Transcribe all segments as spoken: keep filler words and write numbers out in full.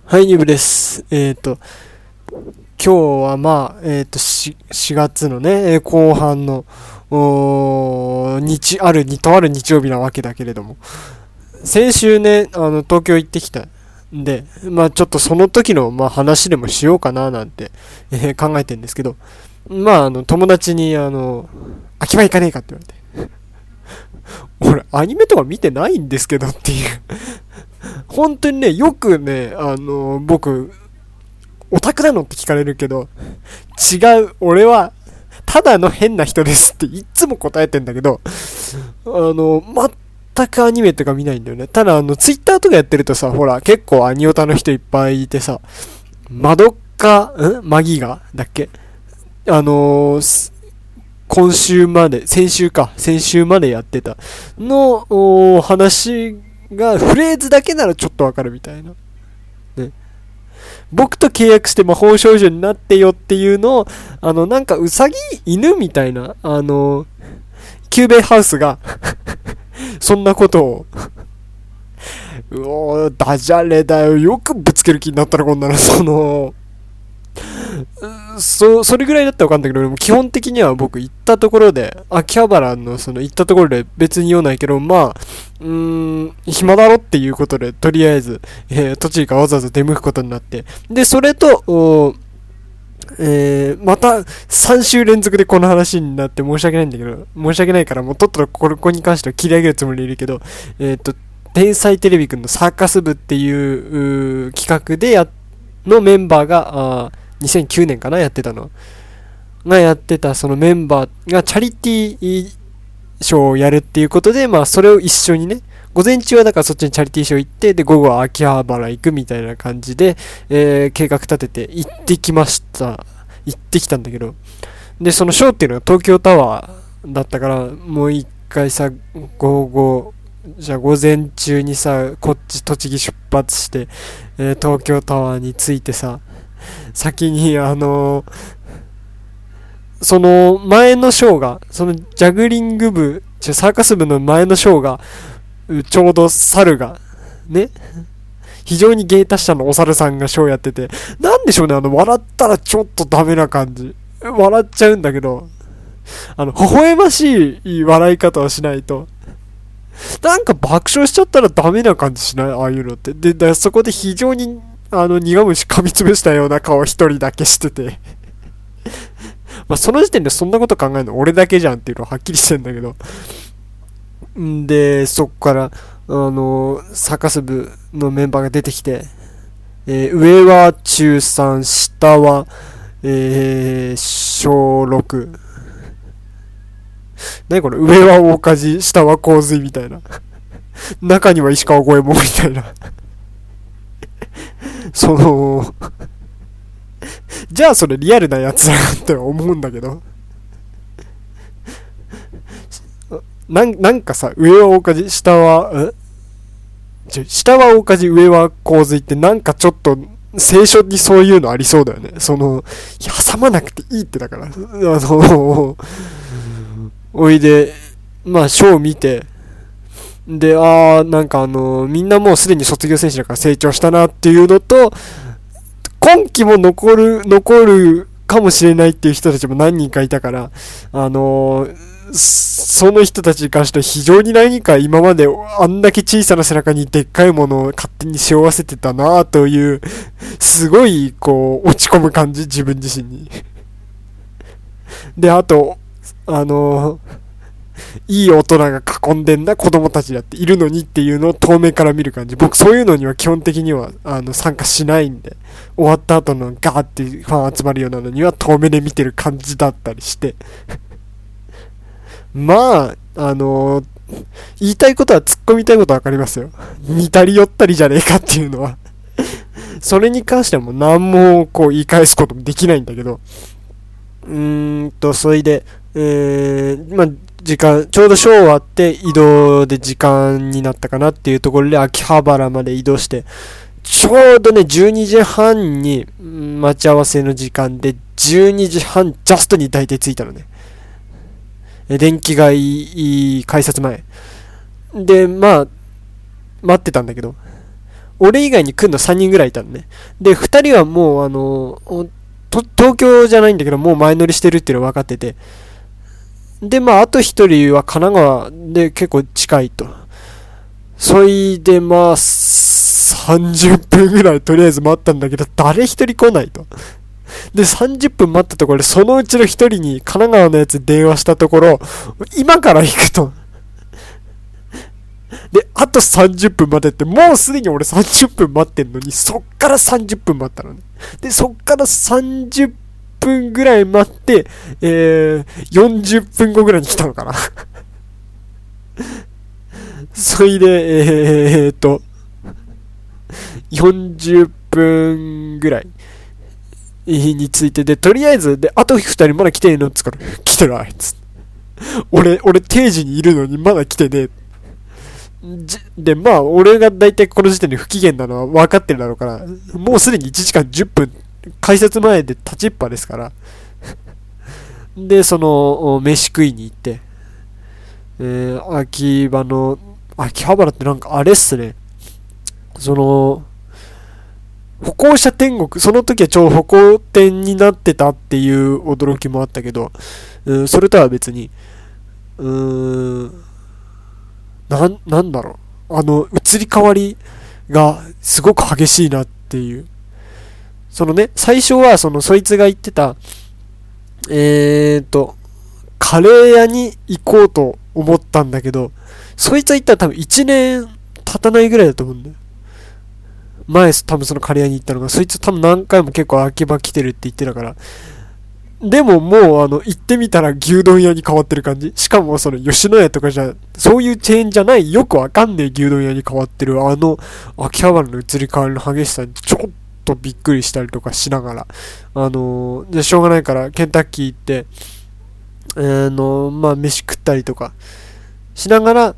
はい、ニブです。えっと、今日はまあ、えっと、ししがつのね、えー後半の、おー日、あるに、とある日曜日なわけだけれども、先週ね、あの、東京行ってきたんで、まあちょっとその時の、まあ話でもしようかななんて、えー考えてるんですけど、まああの、友達に、あの、秋葉行かねえかって言われて、俺、アニメとか見てないんですけどっていう本当にね、よくね、あの、僕、オタクなのって聞かれるけど、違う、俺は、ただの変な人ですっていつも答えてんだけど、あの、全くアニメとか見ないんだよね。ただ、あの、ツイッターとかやってるとさ、ほら、結構アニオタの人いっぱいいてさ、マドカ、んマギガだっけあのー今週まで、先週か、先週までやってたの、お話が、フレーズだけならちょっとわかるみたいな。ね。僕と契約して魔法少女になってよっていうのを、あの、なんかウサギ犬みたいな、あの、キューベイハウスがそんなことをうおー、ダジャレだよ。よくぶつける気になったらこんなの、その、そ、それぐらいだったらわかんないけど、でも基本的には僕行ったところで、秋葉原のその行ったところで別に言わないけど、まあ、うーん、暇だろっていうことで、とりあえず、えー、栃木からわざわざ出向くことになって、で、それと、おえー、またさん週連続でこの話になって申し訳ないんだけど、申し訳ないからもうとっととここに関しては切り上げるつもりでいるけど、えっ、ー、と、天才テレビくんのサーカス部っていう、う企画でや、のメンバーが、あにせんきゅうねんかなやってたの。がやってたそのメンバーがチャリティーショーをやるっていうことで、まあそれを一緒にね、午前中はだからそっちにチャリティーショー行って、で午後は秋葉原行くみたいな感じで、えー、計画立てて行ってきました。行ってきたんだけど。で、そのショーっていうのは東京タワーだったから、もう一回さ、午後、じゃあ午前中にさ、こっち栃木出発して、えー、東京タワーに着いてさ、先にあのー、その前のショーが、そのジャグリング部、サーカス部の前のショーが、ちょうど猿が、ね、非常に芸達者のお猿さんがショーやってて、なんでしょうね、あの、笑ったらちょっとダメな感じ。笑っちゃうんだけど、あの、微笑ましい笑い方をしないと、なんか爆笑しちゃったらダメな感じしないああいうのって。で、だそこで非常に、あの、苦虫噛みつぶしたような顔一人だけしててまあ、その時点でそんなこと考えるの俺だけじゃんっていうのははっきりしてんだけど。んで、そっから、あの、サーカス部のメンバーが出てきて、えー、上は中さん、下は、えー、小ろく。何これ上は大火事、下は洪水みたいな。中には石川五右衛門みたいな。その、じゃあそれリアルなやつだなって思うんだけど。なん、なんかさ、上は大火事、下は、えちょ下は大火事、上は洪水ってなんかちょっと、聖書にそういうのありそうだよね。その、挟まなくていいってだから。あの、おいで、まあ、ショー見て、で、あー、なんかあの、みんなもうすでに卒業選手だから成長したなっていうのと、今季も残る、残るかもしれないっていう人たちも何人かいたから、あのー、その人たちに関しては非常に何か今まであんだけ小さな背中にでっかいものを勝手に背負わせてたなという、すごいこう、落ち込む感じ、自分自身に。で、あと、あのー、いい大人が囲んでんな子供たちだっているのにっていうのを遠目から見る感じ。僕そういうのには基本的にはあの参加しないんで、終わった後のガーってファン集まるようなのには遠目で見てる感じだったりしてまああのー、言いたいことは突っ込みたいことはわかりますよ。似たり寄ったりじゃねえかっていうのはそれに関してはもう何もこう言い返すこともできないんだけど、うーんとそれでえー、まあ時間、ちょうどショー終わって移動で時間になったかなっていうところで秋葉原まで移動して、ちょうどね、じゅうにじはんに待ち合わせの時間で、じゅうにじはんジャストに大体着いたのね。電気街改札前。で、まあ、待ってたんだけど、 俺以外に来んのさんにんぐらいいたのね。で、ふたりはもうあの、と東京じゃないんだけど、もう前乗りしてるっていうの分かってて。で、まあ、あとひとりは神奈川で結構近いと。そいで、まあ、さんじゅっぷんぐらいとりあえず待ったんだけど、誰一人来ないと。で、さんじゅっぷん待ったところで、そのうちの一人に神奈川のやつ電話したところ、今から行くと。で、あとさんじゅっぷん待てって、もうすでに俺さんじゅっぷん待ってんのに、そっからさんじゅっぷん待ったのね。で、そっからさんじゅっぷんぐらい待って、えー、よんじゅっぷんごぐらいに来たのかな。そいで、えーっと、よんじゅっぷんぐらいについて、で、とりあえず、で、あとふたりまだ来てねえのっつから、来てないっつって。俺、俺定時にいるのにまだ来てねえ。で、まあ、俺が大体この時点で不機嫌なのは分かってるだろうから、もうすでにいちじかんじゅっぷん、改札前で立ちっぱですから。で、その、飯食いに行って、えー、秋葉の、秋葉原ってなんかあれっすね。その、歩行者天国、その時は超歩行天になってたっていう驚きもあったけど、うん、それとは別に、うーん、なん、なんだろう。あの、移り変わりがすごく激しいなっていう。そのね、最初はその、そいつが言ってた、えーと、カレー屋に行こうと思ったんだけど、そいつは言ったら多分いちねん経たないぐらいだと思うんだよ。前、多分そのカレー屋に行ったのが、そいつ多分何回も結構秋葉来てるって言ってたから、でももうあの行ってみたら牛丼屋に変わってる感じ。しかもその吉野家とかじゃ、そういうチェーンじゃないよくわかんねえ牛丼屋に変わってるあの秋葉原の移り変わりの激しさにちょっとびっくりしたりとかしながら、あのー、じゃしょうがないからケンタッキー行って、あのー、まあ飯食ったりとかしながら、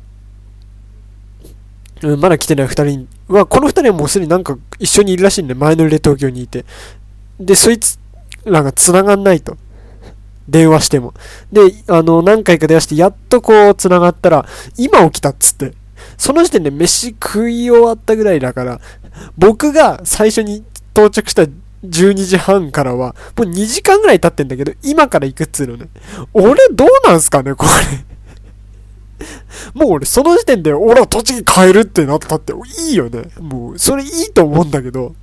うん、まだ来てない二人は、この二人はもうすでになんか一緒にいるらしいんで、前乗りで東京にいて。で、そいつ、なんか繋がんないと。電話しても。で、あの、何回か電話して、やっとこう繋がったら、今起きたっつって。その時点で飯食い終わったぐらいだから、僕が最初に到着したじゅうにじはんからは、もうにじかんぐらい経ってんだけど、今から行くっつうのね。俺どうなんすかね、これ。もう俺その時点で、俺は栃木帰るってなったって、いいよね。もう、それいいと思うんだけど。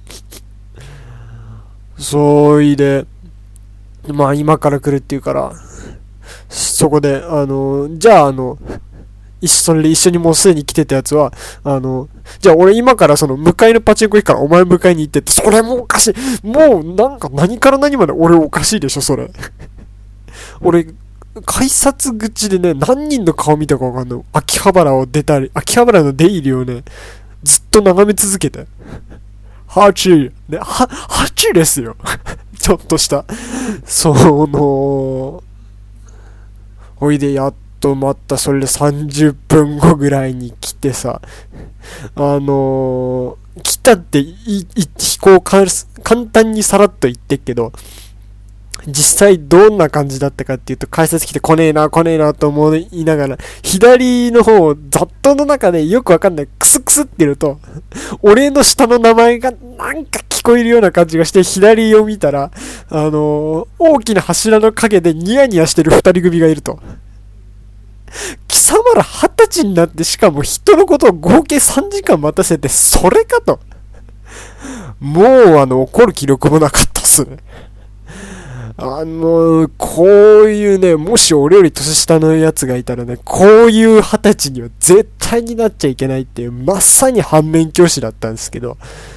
そいで、まあ今から来るっていうから、そこで、あの、じゃああの、一緒、それで一緒にもうすでに来てたやつは、あの、じゃあ俺今からその向かいのパチンコ行くからお前迎えに行ってって、それもおかしい。もうなんか何から何まで俺おかしいでしょ、それ。俺、改札口でね、何人の顔見たかわかんない。秋葉原を出たり、秋葉原の出入りをね、ずっと眺め続けて。ハチ、ね、は、ハチですよ。ちょっとした。その、ほいでやっと待った、それでさんじゅっぷんごぐらいに来てさ、あのー、来たってい、い、飛行簡単にさらっと言ってっけど、実際どんな感じだったかっていうと、改札来て来ねえな来ねえなと思いながら、左の方、雑踏の中でよくわかんないクスクスって言うと、俺の下の名前がなんか聞こえるような感じがして、左を見たら、あのー、大きな柱の陰でニヤニヤしてる二人組がいると。貴様ら二十歳になって、しかも人のことを合計さんじかん待たせて、それかと。もうあの、怒る気力もなかったっすね。あの、こういうね、もし俺より年下のやつがいたらね、こういう二十歳には絶対になっちゃいけないっていう、まさに反面教師だったんですけど、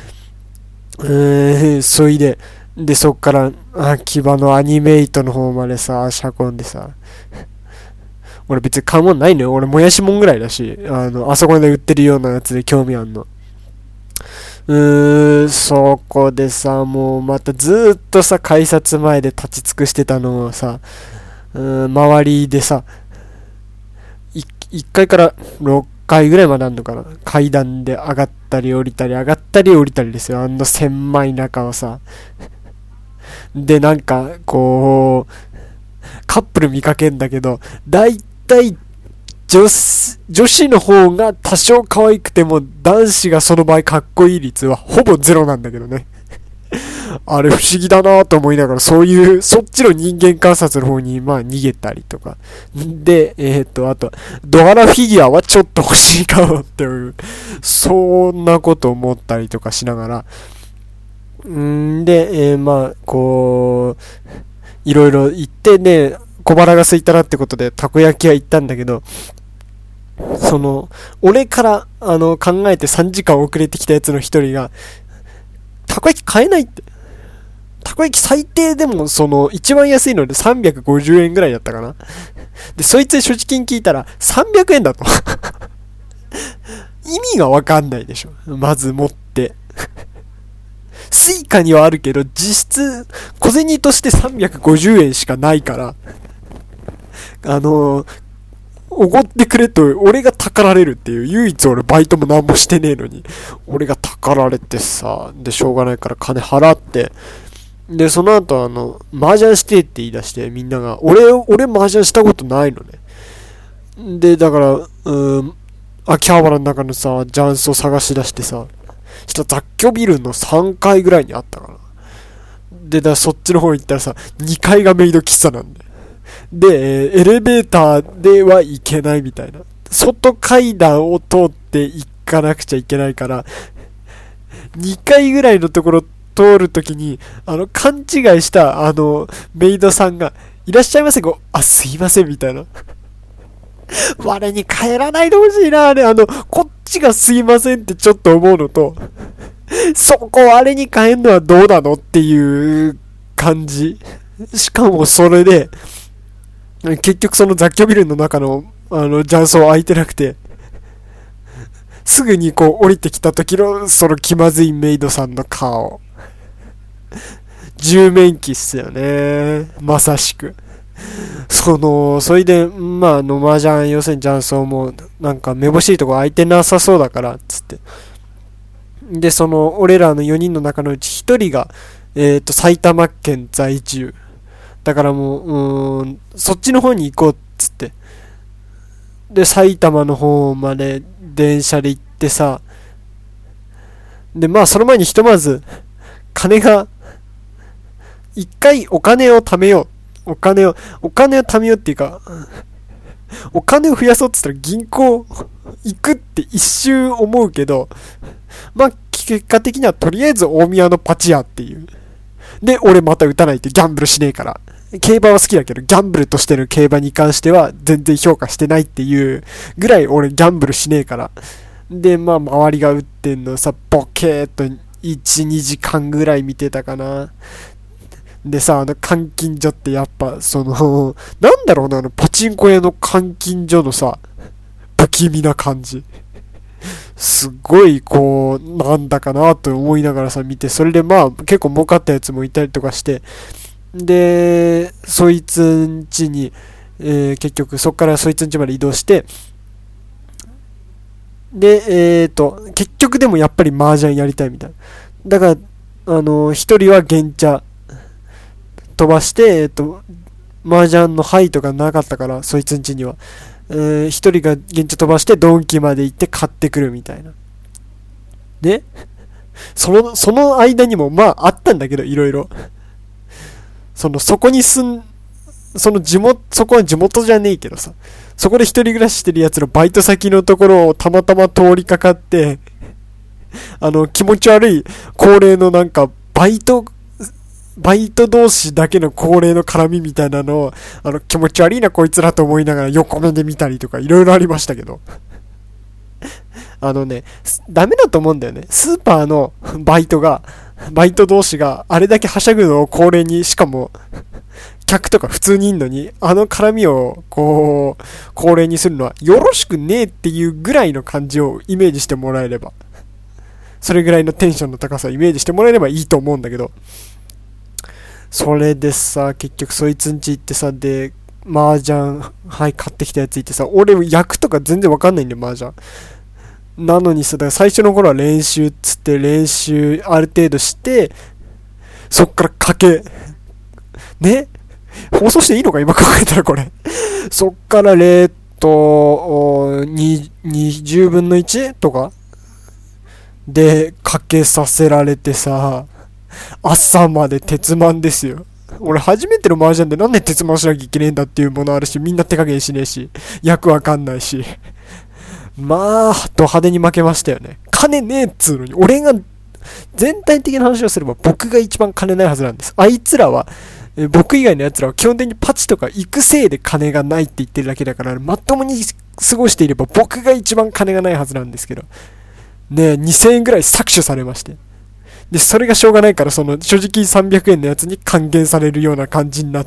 えー、そいで、で、そっから、秋葉のアニメイトの方までさ、しゃこんでさ、俺別に買うもんないのよ。俺もやしもんぐらいだし、あの、あそこで売ってるようなやつで興味あんの。うーん、そこでさ、もうまたずーっとさ、改札前で立ち尽くしてたのをさ、うーん、周りでさ、いっかいからろっかいぐらいまであんのかな。階段で上がったり降りたり、上がったり降りたりですよ。あの狭い中をさ。で、なんか、こう、カップル見かけんだけど、だいたい女子、女子の方が多少可愛くても男子がその場合かっこいい率はほぼゼロなんだけどね。あれ不思議だなと思いながら、そういう、そっちの人間観察の方に、まあ逃げたりとか。で、えー、っと、あと、ドアラフィギュアはちょっと欲しいかもっていう、そんなこと思ったりとかしながら。んで、えー、まあ、こう、いろいろ行ってね、小腹が空いたなってことで、たこ焼き屋行ったんだけど、その、俺から、あの、考えてさんじかん遅れてきたやつの一人が、たこ焼き買えないって。たこ焼き最低でも、その、一番安いのでさんびゃくごじゅうえんぐらいだったかな。で、そいつに所持金聞いたら、さんびゃくえんだと。意味がわかんないでしょ。まず持って。スイカにはあるけど、実質、小銭としてさんびゃくごじゅうえんしかないから、あのー、おごってくれと、俺がたかられるっていう、唯一俺バイトも何もしてねえのに、俺がたかられてさ、で、しょうがないから金払って、で、その後あの、麻雀してって言い出して、みんなが、俺、俺麻雀したことないのね。で、だから、うーん、秋葉原の中のさ、雀荘探し出してさ、した雑居ビルのさんかいぐらいにあったかな。で、だそっちの方行ったらさ、にかいがメイド喫茶なんだよ。で、エレベーターでは行けないみたいな。外階段を通って行かなくちゃいけないから、にかいぐらいのところ通るときに、あの、勘違いした、あの、メイドさんが、いらっしゃいませ、こう、あ、すいません、みたいな。我に帰らないでほしいな、あれ、あの、こっちがすいませんってちょっと思うのと、そこ我に帰るのはどうなのっていう感じ。しかもそれで、結局その雑居ビルの中の、あの、雀荘空いてなくて、すぐにこう降りてきた時の、その気まずいメイドさんの顔。十面気っすよね。まさしく。その、それで、まあ、あの、麻雀、要するに雀荘も、なんか、めぼしいとこ空いてなさそうだから、つって。で、その、俺らのよにんの中のうちひとりが、えっと、埼玉県在住。だからもう、うーん、そっちの方に行こうっつって。で、埼玉の方まで電車で行ってさ、で、まあその前にひとまず、金が、一回お金を貯めよう。お金を、お金を貯めようっていうか、お金を増やそうって言ったら銀行行くって一瞬思うけど、まあ結果的にはとりあえず大宮のパチ屋っていう。で、俺また打たないってギャンブルしねえから。競馬は好きだけど、ギャンブルとしての競馬に関しては全然評価してないっていうぐらい俺ギャンブルしねえから。で、まあ周りが打ってんのさ、ボケーっといち、にじかんぐらい見てたかな。でさ、あの監禁所ってやっぱ、その、なんだろうな、あのパチンコ屋の監禁所のさ、不気味な感じ。すっごいこうなんだかなと思いながらさ見て、それでまあ結構儲かったやつもいたりとかして、でそいつん家に、えー、結局そっからそいつん家まで移動して、でえーと結局でもやっぱり麻雀やりたいみたいな。だからあの一人は原茶飛ばして、えーと麻雀の牌とかなかったから、そいつん家には一、えー、人が現地飛ばしてドンキまで行って買ってくるみたいな。ね、その、その間にもまああったんだけど、いろいろ。その、そこに住ん、その地元、そこは地元じゃねえけどさ、そこで一人暮らししてるやつのバイト先のところをたまたま通りかかって、あの、気持ち悪い恒例のなんか、バイト、バイト同士だけの恒例の絡みみたいなのを、あの、気持ち悪いなこいつらと思いながら横目で見たりとかいろいろありましたけど。あのね、ダメだと思うんだよね。スーパーのバイトが、バイト同士があれだけはしゃぐのを恒例に、しかも、客とか普通にいんのに、あの絡みを、こう、恒例にするのはよろしくねえっていうぐらいの感じをイメージしてもらえれば。それぐらいのテンションの高さをイメージしてもらえればいいと思うんだけど、それでさ、結局そいつん家行ってさ、で、麻雀、はい、買ってきたやついてさ、俺役とか全然わかんないんだよ、麻雀。なのにさ、だから最初の頃は練習っつって練習ある程度して、そっから賭け、ね、放送していいのか今考えたらこれ。そっかられと、に、にじゅうぶんのいちとかでかけさせられてさ、朝まで鉄マンですよ。俺初めての麻雀でなんで鉄マンしなきゃいけねえんだっていうものあるし、みんな手加減しねえし、役わかんないし。まあ、ド派手に負けましたよね。金ねえっつうのに、俺が、全体的な話をすれば僕が一番金ないはずなんです。あいつらは、え僕以外の奴らは基本的にパチとか行くせいで金がないって言ってるだけだから、まともに過ごしていれば僕が一番金がないはずなんですけど。ねえ、にせんえんぐらい搾取されまして。で、それがしょうがないから、その、所持金さんびゃくえんのやつに還元されるような感じになって。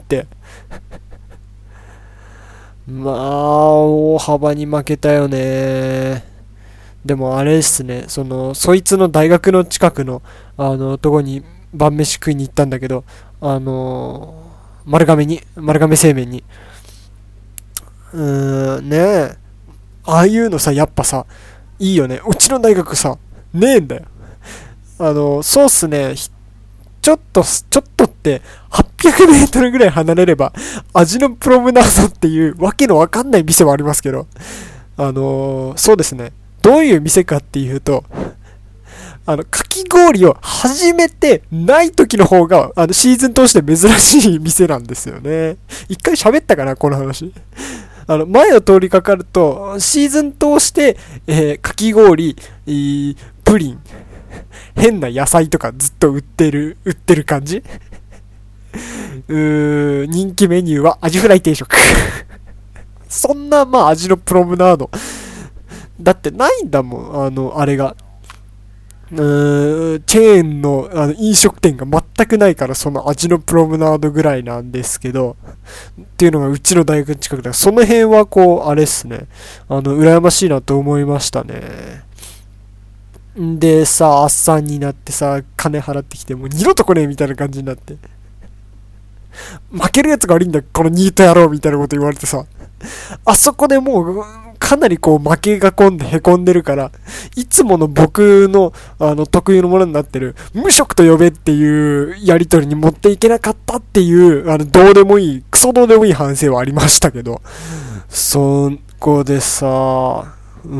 まあ、大幅に負けたよね。でもあれですね、その、そいつの大学の近くの、あの、とこに晩飯食いに行ったんだけど、あのー、丸亀に、丸亀製麺に。うーん、ねえ。ああいうのさ、やっぱさ、いいよね。うちの大学さ、ねえんだよ。あの、そうっすね、ちょっと、ちょっとって、はっぴゃくメートルぐらい離れれば、味のプロムナードっていうわけのわかんない店はありますけど、あのー、そうですね。どういう店かっていうと、あの、かき氷を始めてない時の方が、あの、シーズン通して珍しい店なんですよね。一回喋ったかな、この話。あの、前を通りかかると、シーズン通して、えー、かき氷、えー、プリン、変な野菜とかずっと売ってる、売ってる感じうー人気メニューはアジフライ定食。そんな、まあ、味のプロムナード。だってないんだもん、あの、あれが。うーん、チェーンの、あの飲食店が全くないから、その味のプロムナードぐらいなんですけど、っていうのがうちの大学の近くだから、その辺はこう、あれっすね。あの、羨ましいなと思いましたね。でさ、朝になってさ、金払ってきて、もう二度と来ねえみたいな感じになって。負けるやつが悪いんだ、このニート野郎みたいなこと言われてさ。あそこでもう、かなりこう負けが込んで凹んでるから、いつもの僕の、あの、得意のものになってる、無職と呼べっていうやりとりに持っていけなかったっていう、あの、どうでもいい、クソどうでもいい反省はありましたけど、そこでさ、うん。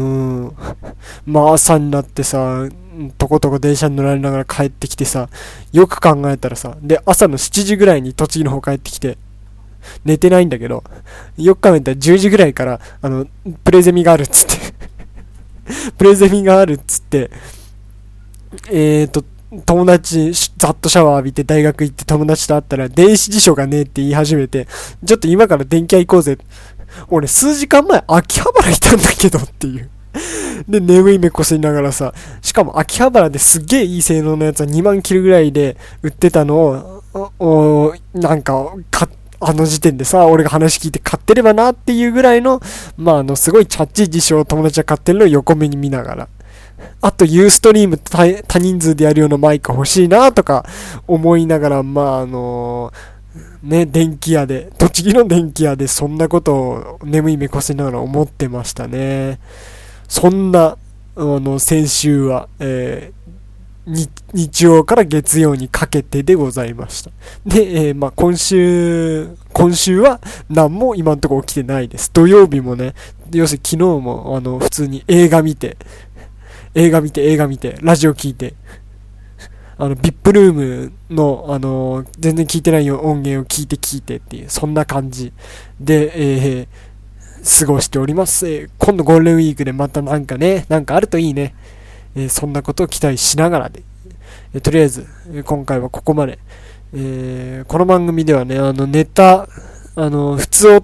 まあ朝になってさ、とことこ電車に乗られながら帰ってきてさ、よく考えたらさ、で、朝のしちじぐらいに栃木の方帰ってきて、寝てないんだけど、よく考えたらじゅうじぐらいから、あの、プレゼミがあるっつってプレゼミがあるっつって、えーと、友達、ざっとシャワー浴びて大学行って友達と会ったら、電子辞書がねえって言い始めて、ちょっと今から電気屋行こうぜ。俺数時間前秋葉原いたんだけどっていうで眠い目こすりながらさ、しかも秋葉原ですっげえいい性能のやつはにまんキロぐらいで売ってたのをおおなんかかあの時点でさ、俺が話聞いて買ってればなっていうぐらいの、まああのすごいチャッチい辞書を友達が買ってるのを横目に見ながら、あとユーストリーム多人数でやるようなマイク欲しいなとか思いながら、まああのーね、電気屋で、栃木の電気屋でそんなことを眠い目こすりながら思ってましたね。そんな、あの、先週は、えー、日曜から月曜にかけてでございました。で、えー、まあ、今週、今週は何も今のところ起きてないです。土曜日もね、要するに昨日も、あの、普通に映画見て、映画見て、映画見て、ラジオ聞いて、あの、ビップルームの、あのー、全然聞いてない音源を聞いて聞いてっていう、そんな感じで、えー、過ごしております。えー、今度ゴールデンウィークでまたなんかね、なんかあるといいね。えー、そんなことを期待しながらで、えー、とりあえず、えー、今回はここまで。えー、この番組ではね、あの、ネタ、あの、普通おった、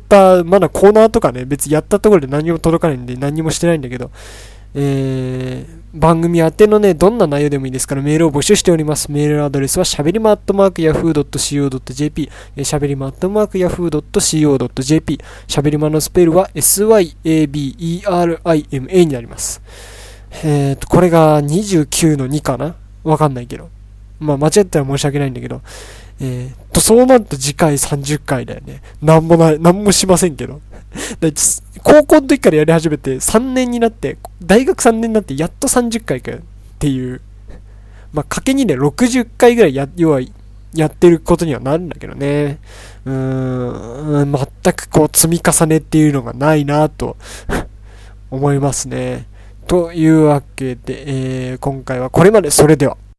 まだコーナーとかね、別にやったところで何も届かないんで何もしてないんだけど、えー、番組宛てのね、どんな内容でもいいですからメールを募集しております。メールアドレスはしゃべりまアットマークヤフードットシーオードットジェーピー、しゃべりまアットマークヤフードットシーオードットジェーピー、しゃべりまのスペルは エスワイエービーイーアールアイエムエー になります。えーと、これがにじゅうきゅうのにかな？わかんないけど。まあ間違ったら申し訳ないんだけど、えーと、そうなると次回さんじゅっかいだよね。なんもない、なんもしませんけど。高校の時からやり始めてさんねんになって、大学さんねんになってやっとさんじゅっかいかよっていう。まあ、かけにでろくじゅっかいぐらいや、要はやってることにはなるんだけどね。うーん、全くこう積み重ねっていうのがないなと思いますね。というわけで、えー、今回はこれまで。それでは。